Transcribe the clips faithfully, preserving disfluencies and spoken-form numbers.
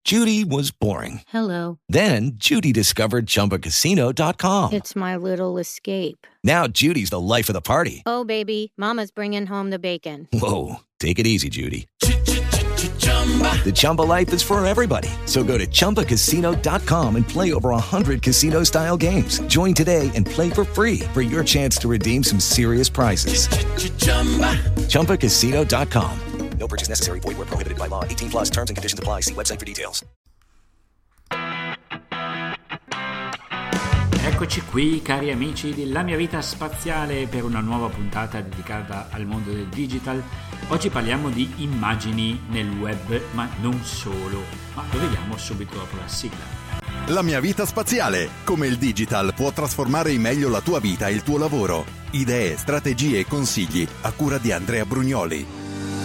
Judy was boring. Hello. Then Judy discovered Chumba Casino dot com. It's my little escape. Now Judy's the life of the party. Oh, baby, mama's bringing home the bacon. Whoa, take it easy, Judy. The Chumba life is for everybody. So go to Chumba Casino dot com and play over one hundred casino-style games. Join today and play for free for your chance to redeem some serious prizes. Chumba Casino dot com. No purchase necessary. Void where prohibited by law. eighteen plus terms and conditions apply. See website for details. Eccoci qui, cari amici di La mia vita spaziale, per una nuova puntata dedicata al mondo del digital. Oggi parliamo di immagini nel web, ma non solo. Ma lo vediamo subito dopo la sigla. La mia vita spaziale. Come il digital può trasformare in meglio la tua vita e il tuo lavoro. Idee, strategie e consigli a cura di Andrea Brugnoli.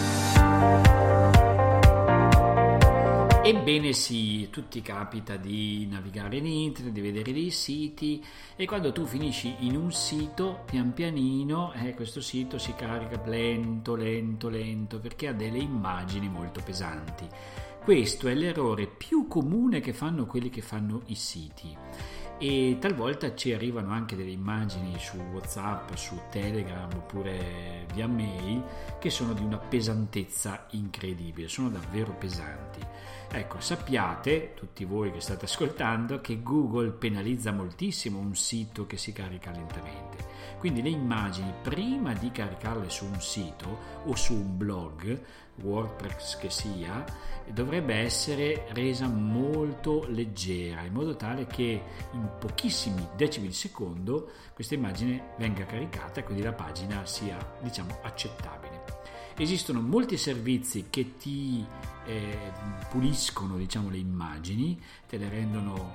Ebbene sì, tutti capita di navigare in internet, di vedere dei siti, e quando tu finisci in un sito, pian pianino eh, questo sito si carica lento, lento, lento, perché ha delle immagini molto pesanti. Questo è l'errore più comune che fanno quelli che fanno i siti. E talvolta ci arrivano anche delle immagini su WhatsApp, su Telegram oppure via mail che sono di una pesantezza incredibile, sono davvero pesanti. Ecco, sappiate, tutti voi che state ascoltando, che Google penalizza moltissimo un sito che si carica lentamente. Quindi le immagini, prima di caricarle su un sito o su un blog, WordPress che sia, dovrebbe essere resa molto leggera, in modo tale che in pochissimi decimi di secondo questa immagine venga caricata e quindi la pagina sia, diciamo, accettabile. Esistono molti servizi che ti eh, puliscono, diciamo, le immagini, te le rendono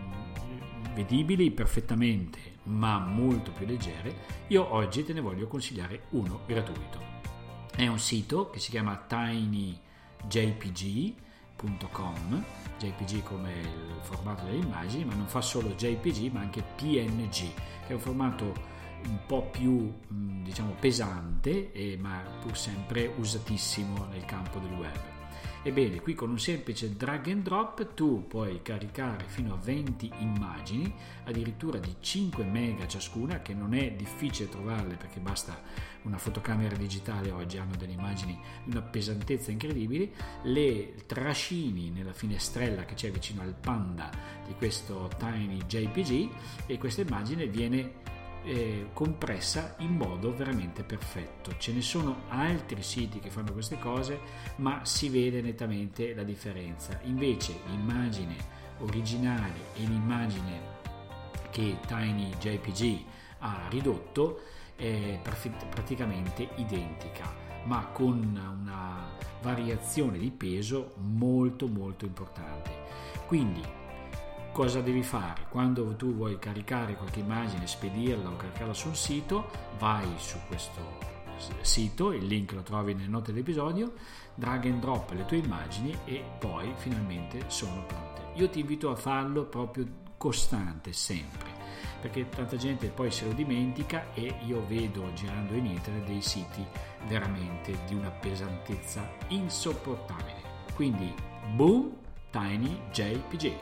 mh, vedibili perfettamente, ma molto più leggere. Io oggi te ne voglio consigliare uno gratuito. È un sito che si chiama tiny j p g punto com, J P G come il formato delle immagini, ma non fa solo J P G ma anche P N G, che è un formato un po' più, diciamo, pesante, eh, ma pur sempre usatissimo nel campo del web. Ebbene, qui con un semplice drag and drop tu puoi caricare fino a venti immagini, addirittura di cinque mega ciascuna, che non è difficile trovarle perché basta una fotocamera digitale. Oggi hanno delle immagini di una pesantezza incredibile, le trascini nella finestrella che c'è vicino al panda di questo Tiny J P G e questa immagine viene Eh, compressa in modo veramente perfetto. Ce ne sono altri siti che fanno queste cose, ma si vede nettamente la differenza. Invece l'immagine originale e l'immagine che Tiny J P G ha ridotto è praticamente identica, ma con una variazione di peso molto molto importante. Quindi cosa devi fare? Quando tu vuoi caricare qualche immagine, spedirla o caricarla su un sito, vai su questo sito, il link lo trovi nelle note dell'episodio, drag and drop le tue immagini e poi finalmente sono pronte. Io ti invito a farlo proprio costante, sempre, perché tanta gente poi se lo dimentica, e io vedo girando in internet dei siti veramente di una pesantezza insopportabile. Quindi boom, Tiny J P G.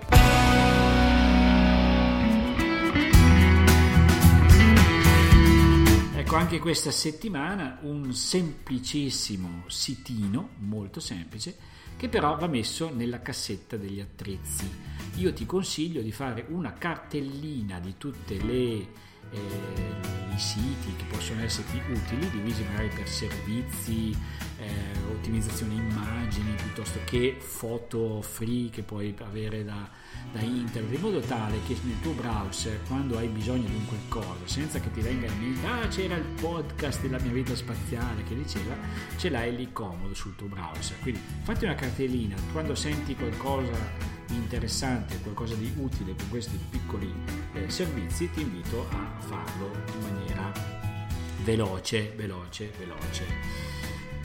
Ecco, anche questa settimana un semplicissimo sitino, molto semplice, che però va messo nella cassetta degli attrezzi. Io ti consiglio di fare una cartellina di tutte le Eh, i siti che possono esserti utili, divisi magari per servizi, eh, ottimizzazione immagini, piuttosto che foto free che puoi avere da, da internet, in modo tale che nel tuo browser, quando hai bisogno di un qualcosa, senza che ti venga in mente ah c'era il podcast della mia vita spaziale che diceva, ce l'hai lì comodo sul tuo browser. Quindi fatti una cartellina quando senti qualcosa di interessante, qualcosa di utile con questi piccoli eh, servizi. Ti invito a farlo in maniera veloce, veloce, veloce.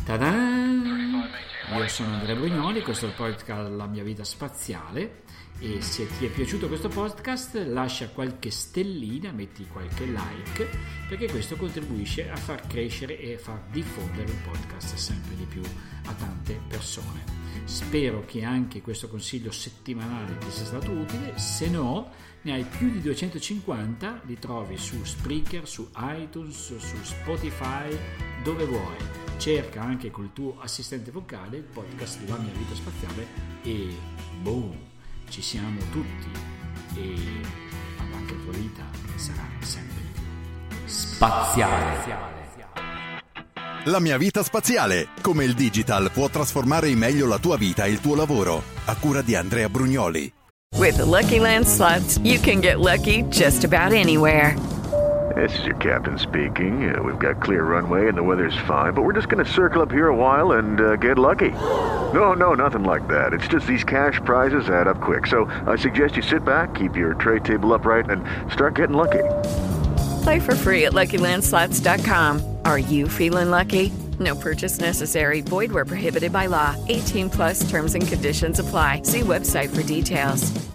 Ta-da! Io sono Andrea Brugnoli, questo è il podcast La mia vita spaziale, e se ti è piaciuto questo podcast lascia qualche stellina, metti qualche like, perché questo contribuisce a far crescere e a far diffondere il podcast sempre di più a tante persone. Spero che anche questo consiglio settimanale ti sia stato utile. Se no, ne hai più di duecentocinquanta, li trovi su Spreaker, su iTunes, su Spotify, dove vuoi. Cerca anche col tuo assistente vocale il podcast La mia vita spaziale e boom, ci siamo tutti, e anche la tua vita sarà sempre più spaziale. La mia vita spaziale, come il digital può trasformare in meglio la tua vita e il tuo lavoro, a cura di Andrea Brugnoli. With the Lucky Land Slots, you can get lucky just about anywhere. This is your captain speaking. Uh, we've got clear runway and the weather's fine, but we're just going to circle up here a while and uh, get lucky. No, no, nothing like that. It's just these cash prizes add up quick. So I suggest you sit back, keep your tray table upright, and start getting lucky. Play for free at Lucky Land Slots dot com. Are you feeling lucky? No purchase necessary. Void where prohibited by law. eighteen plus terms and conditions apply. See website for details.